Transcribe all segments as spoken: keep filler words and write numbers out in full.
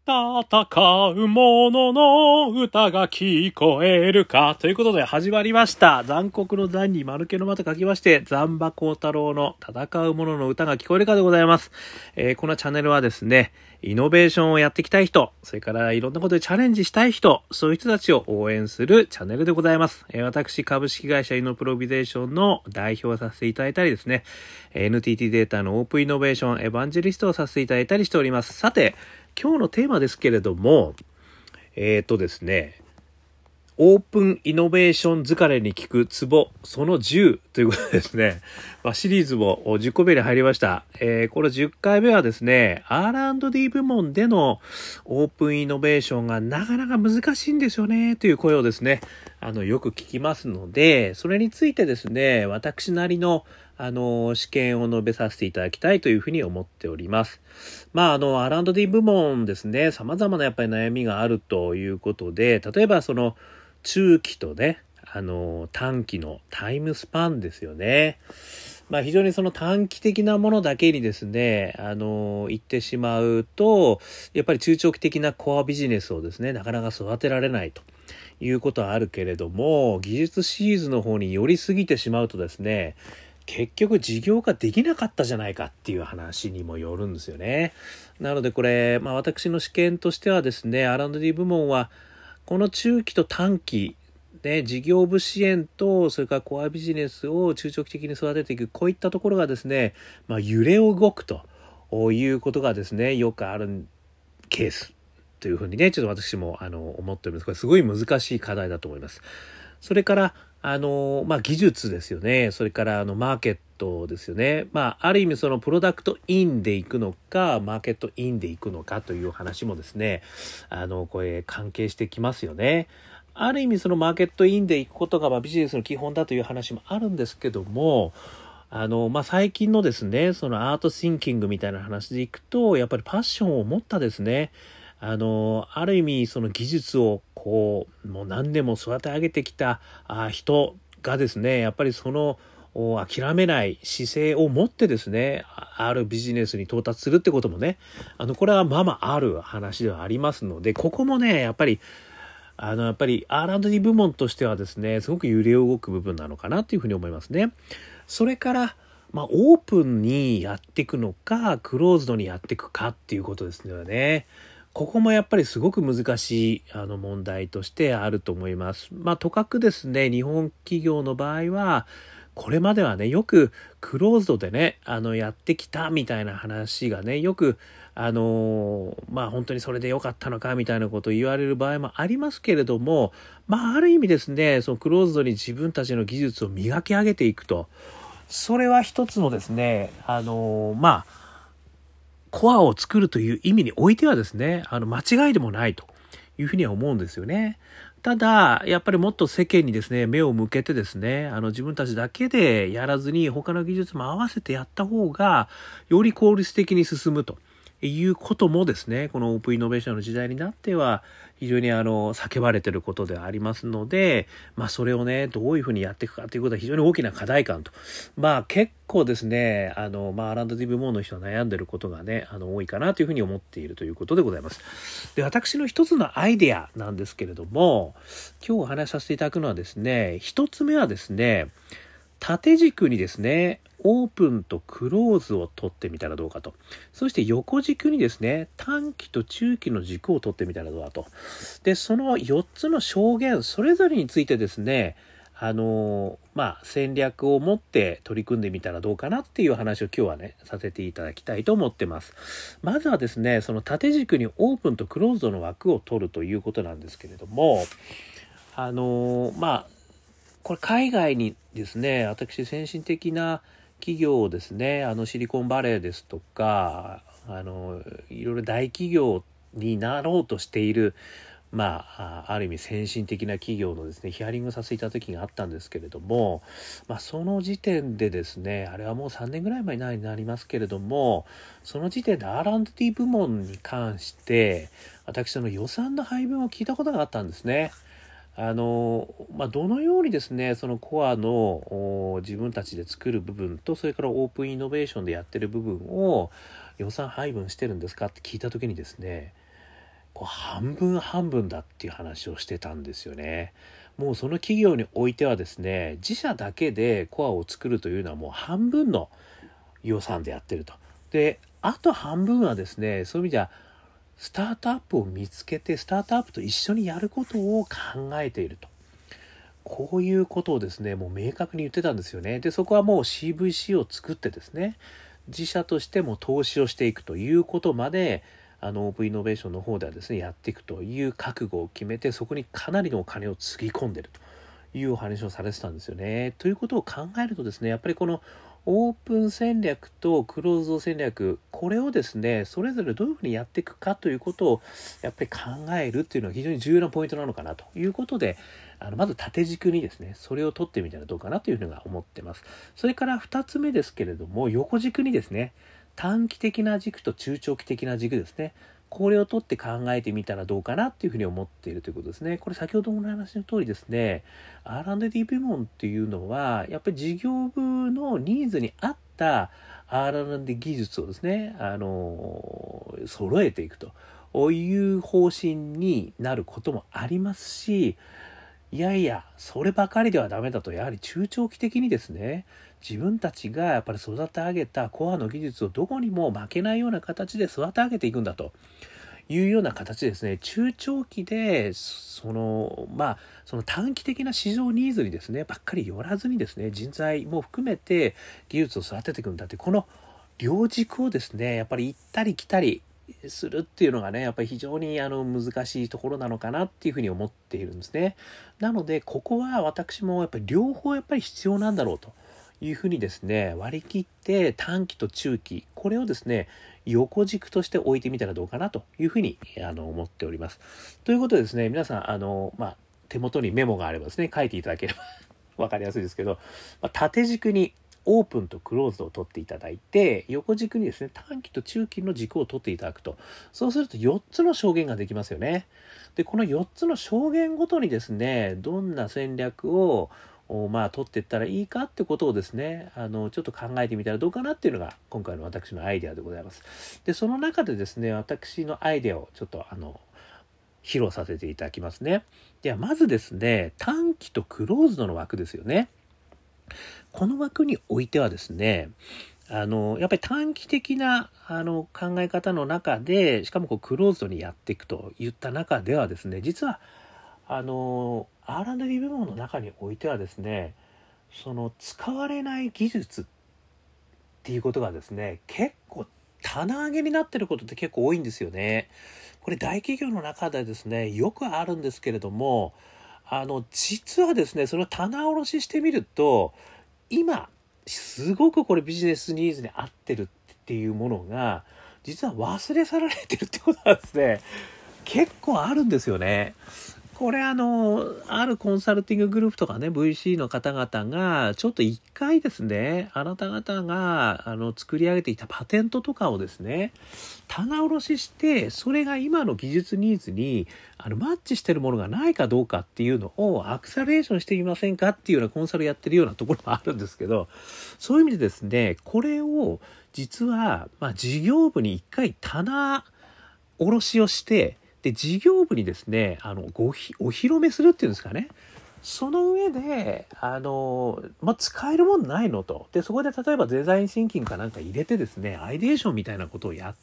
戦う者の歌が聞こえるかということで始まりました。残酷の残に丸けの間と書きまして、残馬幸太郎の戦う者の歌が聞こえるかでございます。えー、このチャンネルはですね、イノベーションをやっていきたい人、それからいろんなことでチャレンジしたい人、そういう人たちを応援するチャンネルでございます。えー、私、株式会社イノプロビゼーションの代表をさせていただいたりですね、エヌティーティー データのオープンイノベーションエヴァンジェリストをさせていただいたりしております。さて、今日のテーマですけれども、えっとですね、オープンイノベーション疲れに効くツボそのじゅうということでですね、まあ、シリーズもじゅっこめに入りました。えー、このじゅっかいめはですね、アールアンドディー 部門でのオープンイノベーションがなかなか難しいんですよねという声をですね、あのよく聞きますので、それについてですね、私なりのあの試験を述べさせていただきたいというふうに思っております。まああの アールアンドディー 部門ですね、様々なやっぱり悩みがあるということで、例えばその中期とね、あの短期のタイムスパンですよね。まあ非常にその短期的なものだけにですね、あの言ってしまうと、やっぱり中長期的なコアビジネスをですね、なかなか育てられないということはあるけれども、技術シーズの方に寄りすぎてしまうとですね、結局事業化できなかったじゃないかっていう話にもよるんですよね。なのでこれ、まあ私の試験としてはですね、アールアンドディー 部門はこの中期と短期で事業部支援とそれからコアビジネスを中長期的に育てていく、こういったところがですね、まあ揺れ動くということがですね、よくあるケースというふうにね、ちょっと私もあの思っております。これすごい難しい課題だと思います。それからあの、まあ、技術ですよね。それからあのマーケットですよね。まあ、ある意味そのプロダクトインでいくのか、マーケットインでいくのかという話もですね、あの、これ関係してきますよね。ある意味そのマーケットインでいくことがまあビジネスの基本だという話もあるんですけども、あの、まあ、最近のですね、そのアートシンキングみたいな話でいくと、やっぱりパッションを持ったですね、あの、ある意味その技術をこう、もう何年も育て上げてきた人がですね、やっぱりその諦めない姿勢を持ってですね、あるビジネスに到達するってこともね、あの、これはまあまあある話ではありますので、ここもね、やっぱり、あの、やっぱり アールアンドディー 部門としてはですね、すごく揺れ動く部分なのかなというふうに思いますね。それから、まあ、オープンにやっていくのか、クローズドにやっていくかっていうことですよね。ここもやっぱりすごく難しいあの問題としてあると思います。まあ、とかくですね、日本企業の場合は、これまではね、よくクローズドでね、あの、やってきたみたいな話がね、よく、あのー、まあ本当にそれで良かったのかみたいなことを言われる場合もありますけれども、まあある意味ですね、そのクローズドに自分たちの技術を磨き上げていくと、それは一つのですね、あのー、まあ、コアを作るという意味においてはですね、あの、間違いでもないというふうには思うんですよね。ただ、やっぱりもっと世間にですね、目を向けてですね、あの、自分たちだけでやらずに他の技術も合わせてやった方が、より効率的に進むということもですね、このオープンイノベーションの時代になっては、非常にあの、叫ばれていることでありますので、まあそれをね、どういうふうにやっていくかということは非常に大きな課題感と。まあ結構ですね、あの、まあアールアンドディー 部門の人は悩んでいることがね、あの、多いかなというふうに思っているということでございます。で、私の一つのアイデアなんですけれども、今日お話しさせていただくのはですね、一つ目はですね、縦軸にですね、オープンとクローズを取ってみたらどうかと。そして横軸にですね、短期と中期の軸を取ってみたらどうかと。で、そのよっつの証言、それぞれについてですね、あの、まあ、戦略を持って取り組んでみたらどうかなっていう話を今日はね、させていただきたいと思ってます。まずはですね、その縦軸にオープンとクローズドの枠を取るということなんですけれども、あの、まあ、これ海外にですね、私先進的な企業をですね、あのシリコンバレーですとか、あのいろいろ大企業になろうとしている、まあ、ある意味先進的な企業のですね、ヒアリングさせていた時があったんですけれども、まあ、その時点でですね、あれはもうさんねんぐらい前になりますけれども、その時点で アールアンドディー 部門に関して、私の予算の配分を聞いたことがあったんですね。あのまあ、どのようにですね、そのコアの自分たちで作る部分と、それからオープンイノベーションでやってる部分を予算配分してるんですかって聞いたときにですね、 こう半分半分だっていう話をしてたんですよね。もうその企業においてはですね、自社だけでコアを作るというのはもう半分の予算でやってると。で、あと半分はですね、そういう意味ではスタートアップを見つけてスタートアップと一緒にやることを考えていると。こういうことをですね、もう明確に言ってたんですよね。で、そこはもう シーブイシー を作ってですね、自社としても投資をしていくということまで、あのオープンイノベーションの方ではですね、やっていくという覚悟を決めて、そこにかなりのお金をつぎ込んでいるというお話をされてたんですよね。ということを考えるとですね、やっぱりこのオープン戦略とクローズド戦略、これをですね、それぞれどういうふうにやっていくかということをやっぱり考えるっていうのは非常に重要なポイントなのかなということで、あのまず縦軸にですね、それを取ってみたらどうかなというふうに思ってます。それからふたつめですけれども、横軸にですね、短期的な軸と中長期的な軸ですね、これを取って考えてみたらどうかなっていうふうに思っているということですね。これ先ほどの話の通りですね、アールアンドディー 部門っていうのはやっぱり事業部のニーズに合った アールアンドディー 技術をですね、あの揃えていくという方針になることもありますし、いやいやそればかりではダメだと、やはり中長期的にですね、自分たちがやっぱり育て上げたコアの技術をどこにも負けないような形で育て上げていくんだというような形でですね、中長期でそのまあその短期的な市場ニーズにですねばっかり寄らずにですね、人材も含めて技術を育てていくんだって、この両軸をですねやっぱり行ったり来たりするっていうのがね、やっぱり非常にあの難しいところなのかなっていうふうに思っているんですね。なのでここは私もやっぱり両方やっぱり必要なんだろうというふうにですね、割り切って短期と中期、これをですね横軸として置いてみたらどうかなというふうにあの思っております。ということでですね、皆さんあの、まあ、手元にメモがあればですね書いていただければ分かりやすいですけど、まあ、縦軸にオープンとクローズドを取っていただいて、横軸にですね短期と中期の軸を取っていただくと、そうするとよっつの証言ができますよね。でこのよっつの証言ごとにですね、どんな戦略をまあ取っていったらいいかってことをですね、あのちょっと考えてみたらどうかなっていうのが今回の私のアイデアでございます。でその中でですね、私のアイデアをちょっとあの披露させていただきますね。ではまずですね、短期とクローズドの枠ですよね。この枠においてはですね、あのやっぱり短期的なあの考え方の中で、しかもこうクローズドにやっていくといった中ではですね、実はあの アールアンドディー 部門の中においてはですね、その使われない技術っていうことがですね、結構棚上げになってることって結構多いんですよね。これ大企業の中でですねよくあるんですけれども、あの実はですねそれを棚卸ししてみると、今すごくこれビジネスニーズに合ってるっていうものが実は忘れ去られてるってことなんですね。結構あるんですよね。これあのあるコンサルティンググループとかね ブイシー の方々がちょっと一回ですね、あなた方があの作り上げていたパテントとかをですね棚卸しして、それが今の技術ニーズにあのマッチしてるものがないかどうかっていうのをアクセラレーションしてみませんかっていうようなコンサルやってるようなところもあるんですけど、そういう意味でですね、これを実はまあ事業部に一回棚卸しをして、で事業部にですねあのごひお披露目するっていうんですかね、その上であの、まあ、使えるもんないのと、でそこで例えばデザインシンキングかなんか入れてですね、アイデーションみたいなことをやって、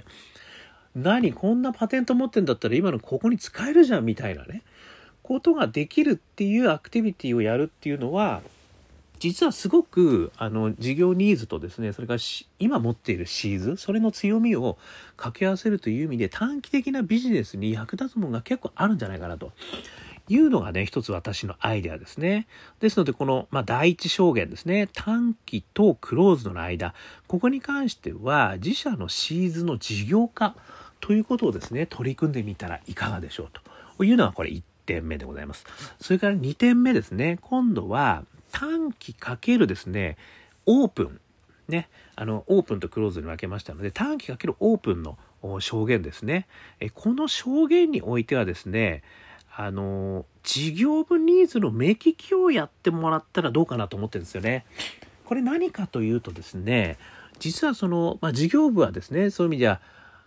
何こんなパテント持ってんだったら今のここに使えるじゃんみたいなねことができるっていうアクティビティをやるっていうのは、実はすごくあの事業ニーズとですね、それから今持っているシーズ、それの強みを掛け合わせるという意味で短期的なビジネスに役立つものが結構あるんじゃないかなというのがね、一つ私のアイデアですね。ですのでこの、まあ、第一証言ですね、短期とクローズドの間、ここに関しては自社のシーズの事業化ということをですね取り組んでみたらいかがでしょうというのがこれいってんめでございます。それからにてんめですね、今度は短期かけるですねオープンね、あのオープンとクローズに分けましたので、短期かけるオープンの証言ですね。えこの証言においてはですね、あの事業部ニーズの目利きをやってもらったらどうかなと思ってるんですよね。これ何かというとですね、実はその、まあ、事業部はですね、そういう意味では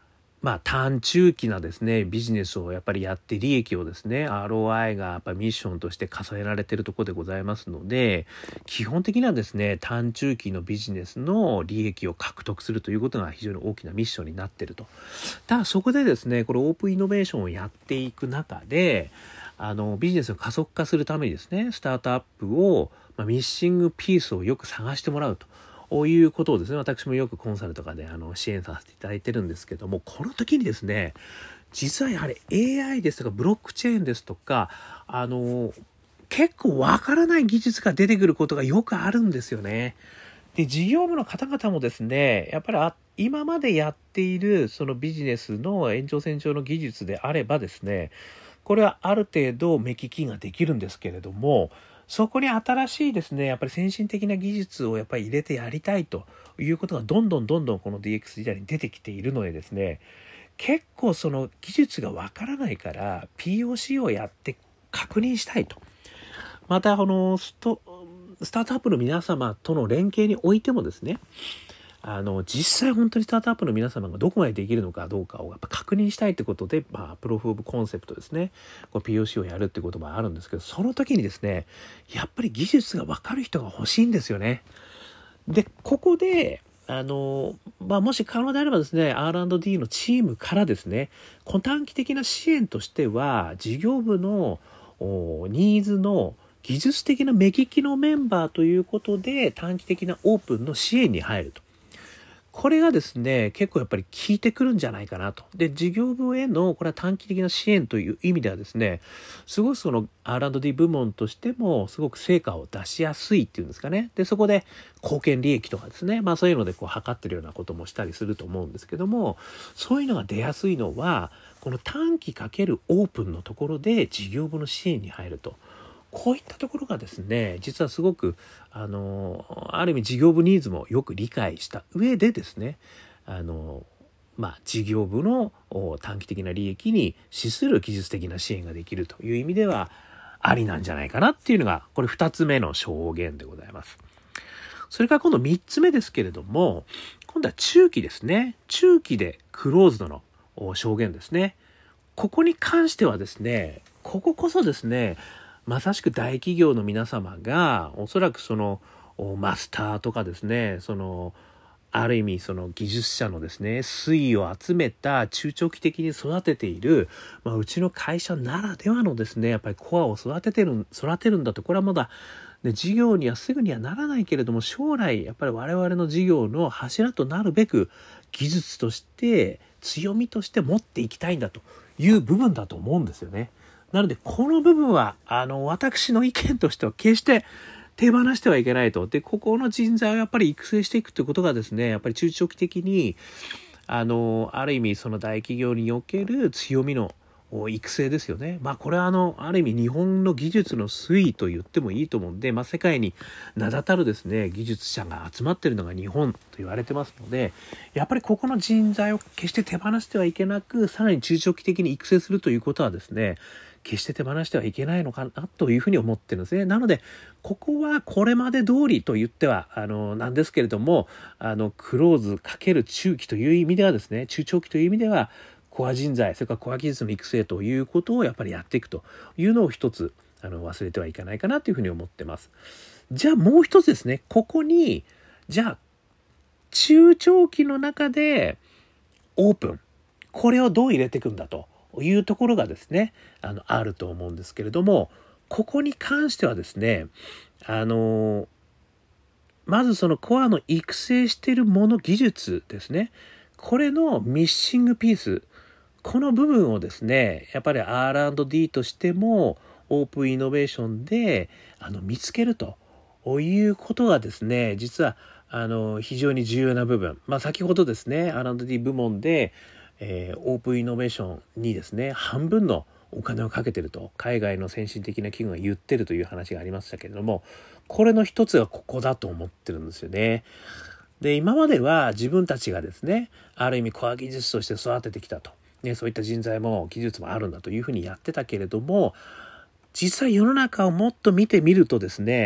まあ短中期なですねビジネスをやっぱりやって利益をですね アールオーアイ がやっぱりミッションとして重ねられているところでございますので、基本的にはですね短中期のビジネスの利益を獲得するということが非常に大きなミッションになっていると。ただそこでですねこれオープンイノベーションをやっていく中で、あのビジネスを加速化するためにですねスタートアップを、まあ、ミッシングピースをよく探してもらうと。こういうことをですね、私もよくコンサルとかであの支援させていただいてるんですけども、この時にですね、実はやはり エーアイ ですとかブロックチェーンですとか、あの、結構わからない技術が出てくることがよくあるんですよね。で、事業部の方々もですね、やっぱりあ今までやっているそのビジネスの延長線上の技術であればですね、これはある程度目利きができるんですけれども、そこに新しいですね、やっぱり先進的な技術をやっぱり入れてやりたいということがどんどんどんどんこの ディーエックス 時代に出てきているのでですね、結構その技術がわからないから ピーオーシー をやって確認したいと。またこのスト、スタートアップの皆様との連携においてもですね、あの実際本当にスタートアップの皆様がどこまでできるのかどうかをやっぱ確認したいということで、まあ、プロフオブコンセプトですね、こう ピーオーシー をやるってこともあるんですけど、その時にですねやっぱり技術が分かる人が欲しいんですよね。でここであの、まあ、もし可能であればですね アールアンドディー のチームからですね短期的な支援としては事業部のニーズの技術的な目利きのメンバーということで短期的なオープンの支援に入ると。これがですね、結構やっぱり効いてくるんじゃないかなと。で、事業部への、これは短期的な支援という意味ではですね、すごいその アールアンドディー 部門としても、すごく成果を出しやすいっていうんですかね。で、そこで貢献利益とかですね、まあそういうのでこう測ってるようなこともしたりすると思うんですけども、そういうのが出やすいのは、この短期かけるオープンのところで事業部の支援に入ると。こういったところがですね、実はすごく、あの、ある意味事業部ニーズもよく理解した上でですね、あの、まあ、事業部の短期的な利益に資する技術的な支援ができるという意味では、ありなんじゃないかなっていうのが、これ二つ目の証言でございます。それから今度三つ目ですけれども、今度は中期ですね。中期でクローズドの証言ですね。ここに関してはですね、こここそですね、まさしく大企業の皆様がおそらくそのマスターとかですね、そのある意味その技術者のですね粋を集めた中長期的に育てている、まあ、うちの会社ならではのですねやっぱりコアを育ててる育てるんだと。これはまだ、ね、事業にはすぐにはならないけれども、将来やっぱり我々の事業の柱となるべく技術として強みとして持っていきたいんだという部分だと思うんですよね。なのでこの部分はあの私の意見としては決して手放してはいけないと。でここの人材をやっぱり育成していくということがですねやっぱり中長期的にあのある意味その大企業における強みの育成ですよね。まあこれはあのある意味日本の技術の推移と言ってもいいと思うんで、まあ世界に名だたるですね技術者が集まっているのが日本と言われてますので、やっぱりここの人材を決して手放してはいけなく、さらに中長期的に育成するということはですね決して手放してはいけないのかなというふうに思ってるんですね。なのでここはこれまで通りと言ってはあのなんですけれども、あのクローズかける中期という意味ではですね、中長期という意味ではコア人材、それからコア技術の育成ということをやっぱりやっていくというのを一つあの忘れてはいけないかなというふうに思ってます。じゃあもう一つですね、ここにじゃあ中長期の中でオープン、これをどう入れていくんだというところがですね、あのあると思うんですけれども、ここに関してはですね、あのまずそのコアの育成しているもの、技術ですね、これのミッシングピース、この部分をですねやっぱり アールアンドディー としてもオープンイノベーションであの見つけるということがですね、実はあの非常に重要な部分、まあ、先ほどですね アールアンドディー 部門でえー、オープンイノベーションにですね半分のお金をかけてると海外の先進的な企業が言ってるという話がありましたけれども、これの一つがここだと思ってるんですよね。で今までは自分たちがですねある意味コア技術として育ててきたと、ね、そういった人材も技術もあるんだというふうにやってたけれども、実際世の中をもっと見てみるとですね、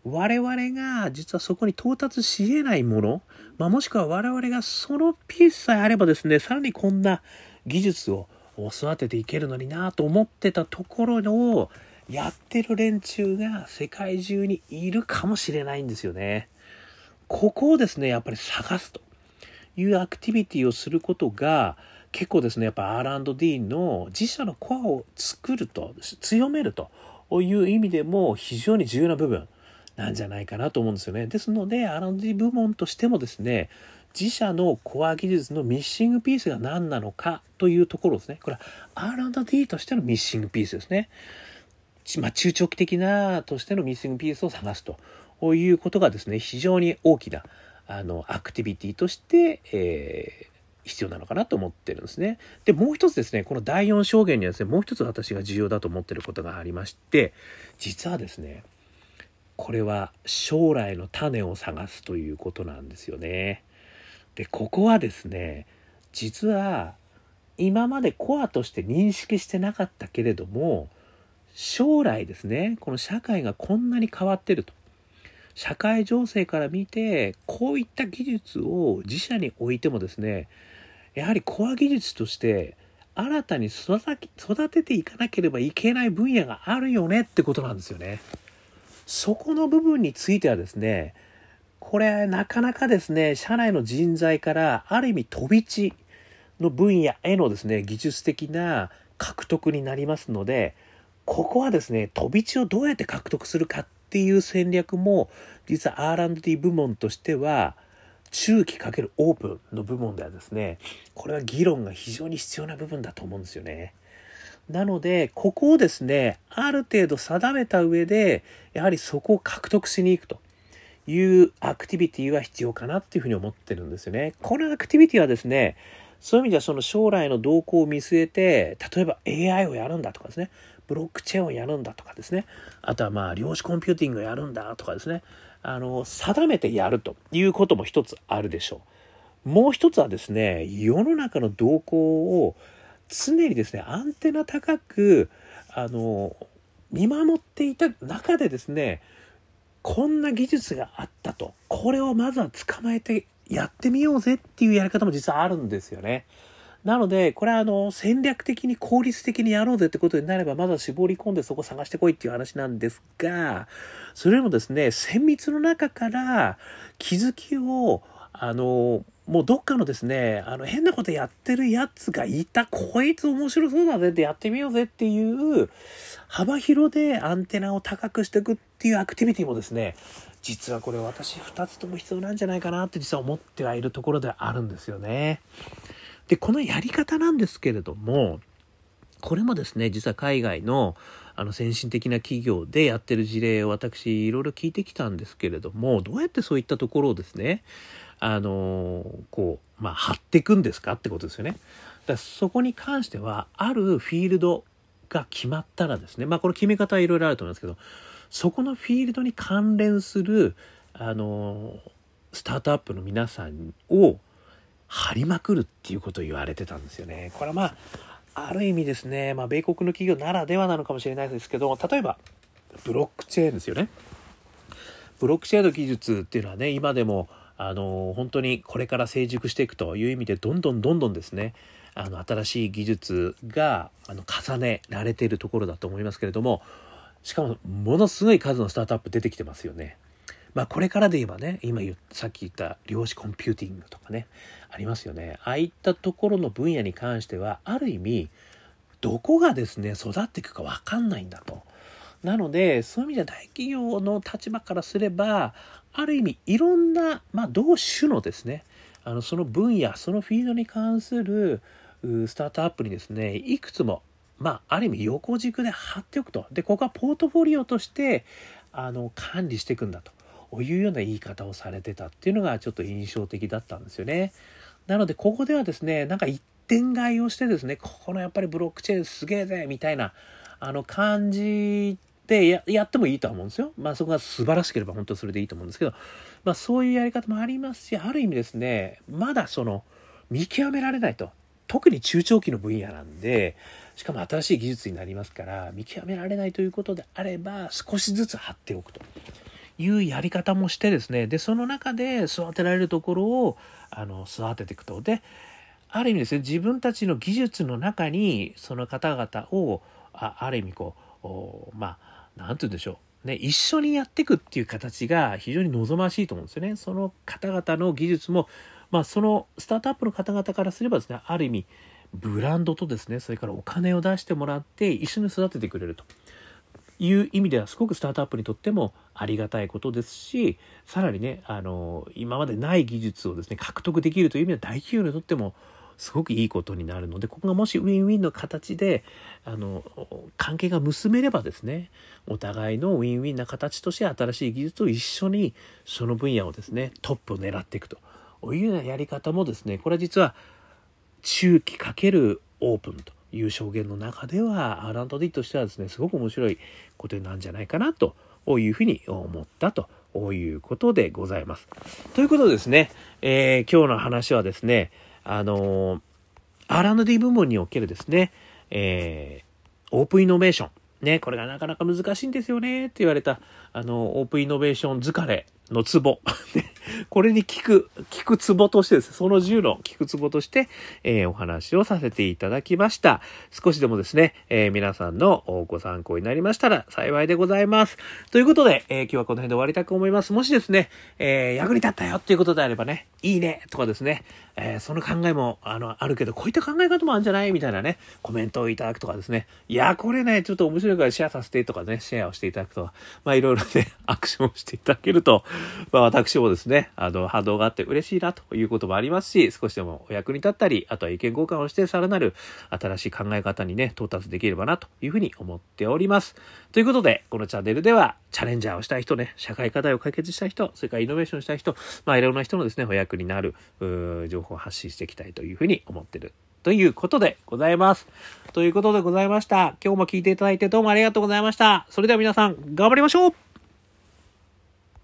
我々が実はそこに到達し得ないもの、まあ、もしくは我々がそのピースさえあればですね、さらにこんな技術を育てていけるのになと思ってたところをやってる連中が世界中にいるかもしれないんですよね。ここをですね、やっぱり探すというアクティビティをすることが結構ですね、やっぱ アールアンドディー の自社のコアを作ると、強めるという意味でも非常に重要な部分なんじゃないかなと思うんですよね。ですので アールアンドディー 部門としてもですね、自社のコア技術のミッシングピースが何なのかというところですね。これは アールアンドディー としてのミッシングピースですね。まあ、中長期的なとしてのミッシングピースを探すということがですね、非常に大きなあのアクティビティとして、えー、必要なのかなと思ってるんですね。で、もう一つですね、このだいよん証言にはですね、もう一つ私が重要だと思っていることがありまして、実はですね、これは将来の種を探すということなんですよね。で、ここはですね、実は今までコアとして認識してなかったけれども、将来ですね、この社会がこんなに変わってると。社会情勢から見て、こういった技術を自社に置いてもですね、やはりコア技術として新たに育てていかなければいけない分野があるよねってことなんですよね。そこの部分についてはですね、これなかなかですね、社内の人材からある意味飛び地の分野へのですね、技術的な獲得になりますので、ここはですね、飛び地をどうやって獲得するかっていう戦略も、実は アールアンドディー 部門としては、中期かけるオープンの部門ではですね、これは議論が非常に必要な部分だと思うんですよね。なので、ここをですね、ある程度定めた上で、やはりそこを獲得しに行くというアクティビティは必要かなっていうふうに思ってるんですよね。このアクティビティはですね、そういう意味ではその将来の動向を見据えて、例えば エーアイ をやるんだとかですね、ブロックチェーンをやるんだとかですね、あとはまあ量子コンピューティングをやるんだとかですね、あの定めてやるということも一つあるでしょう。もう一つはですね、世の中の動向を常にですね、アンテナ高くあの見守っていた中でですね、こんな技術があったと、これをまずは捕まえてやってみようぜっていうやり方も実はあるんですよね。なので、これはあの戦略的に効率的にやろうぜってことになれば、まずは絞り込んでそこ探してこいっていう話なんですが、それもですね、綿密の中から気づきを、あの、もうどっかのですね、あの変なことやってるやつがいた、こいつ面白そうだぜってやってみようぜっていう幅広でアンテナを高くしていくっていうアクティビティもですね、実はこれ私ふたつとも必要なんじゃないかなって実は思ってはいるところであるんですよね。で、このやり方なんですけれども、これもですね、実は海外のあの先進的な企業でやってる事例を私いろいろ聞いてきたんですけれども、どうやってそういったところをですね、あのこうまあ張っていくんですかってことですよね。だからそこに関してはあるフィールドが決まったらですね、まあこれ決め方はいろいろあると思いますけど、そこのフィールドに関連するあのスタートアップの皆さんを張りまくるっていうことを言われてたんですよね。これはまあある意味ですね、まあ米国の企業ならではなのかもしれないですけど、例えばブロックチェーンですよね。ブロックチェーンの技術っていうのはね、今でもあの本当にこれから成熟していくという意味でどんどんどんどんですね、あの新しい技術があの重ねられているところだと思いますけれども、しかもものすごい数のスタートアップ出てきてますよね。まあこれからで言えばね、今言さっき言った量子コンピューティングとかね、ありますよね。ああいったところの分野に関しては、ある意味どこがですね育っていくか分かんないんだと。なのでそういう意味では大企業の立場からすれば、ある意味いろんな、まあ同種のですね、あのその分野、そのフィールドに関するスタートアップにですね、いくつもまあある意味横軸で貼っておくと。で、ここはポートフォリオとしてあの管理していくんだと。いうような言い方をされてたっていうのがちょっと印象的だったんですよね。なのでここではですね、なんか一点買いをしてですね、ここのやっぱりブロックチェーンすげえぜみたいなあの感じで や, やってもいいとは思うんですよ。まあそこが素晴らしければ本当それでいいと思うんですけど、まあそういうやり方もありますし、ある意味ですね、まだその見極められないと。特に中長期の分野なんで、しかも新しい技術になりますから見極められないということであれば、少しずつ貼っておくというやり方もしてですね、で、その中で育てられるところを、あの、育てていくと。で、ある意味ですね、自分たちの技術の中に、その方々を、あ, ある意味こう、まあ、なんて言うんでしょう。ね、一緒にやっていくっていう形が非常に望ましいと思うんですよね。その方々の技術も、まあ、そのスタートアップの方々からすればですね、ある意味、ブランドとですね、それからお金を出してもらって一緒に育ててくれるという意味ではすごくスタートアップにとってもありがたいことですし、さらにね、あの、今までない技術をですね、獲得できるという意味では大企業にとってもすごくいいことになるので、ここがもしウィンウィンの形で、あの、関係が結べればですね、お互いのウィンウィンな形として新しい技術を一緒にその分野をですね、トップを狙っていくというようなやり方もですね、これは実は中期×オープンという証言の中では アールアンドディー としてはですね、すごく面白いことなんじゃないかなというふうに思ったということでございます。ということでですね、えー、今日の話はですね、あのー、アールアンドディー 部門におけるですね、えー、オープンイノベーション。ね、これがなかなか難しいんですよねって言われた、あの、オープンイノベーション疲れのツボ。これに効く、効くツボとしてですね、そのじゅうの効くツボとして、えー、お話をさせていただきました。少しでもですね、えー、皆さんのご参考になりましたら幸いでございます。ということで、えー、今日はこの辺で終わりたく思います。もしですね、えー、役に立ったよっていうことであればね、いいねとかですね、えー、その考えもあのあるけど、こういった考え方もあるんじゃないみたいなね、コメントをいただくとかですね、いや、これね、ちょっと面白いからシェアさせてとかね、シェアをしていただくとか、まあいろいろね、アクションをしていただけると、まあ私もですね、あの、波動があって嬉しいなということもありますし、少しでもお役に立ったり、あとは意見交換をして、さらなる新しい考え方にね、到達できればなというふうに思っております。ということで、このチャンネルでは、チャレンジャーをしたい人ね、社会課題を解決したい人、それからイノベーションしたい人、まあいろんな人のですね、お役になる、情報を発信していきたいというふうに思っている。ということでございます。ということでございました。今日も聞いていただいてどうもありがとうございました。それでは皆さん、頑張りましょう。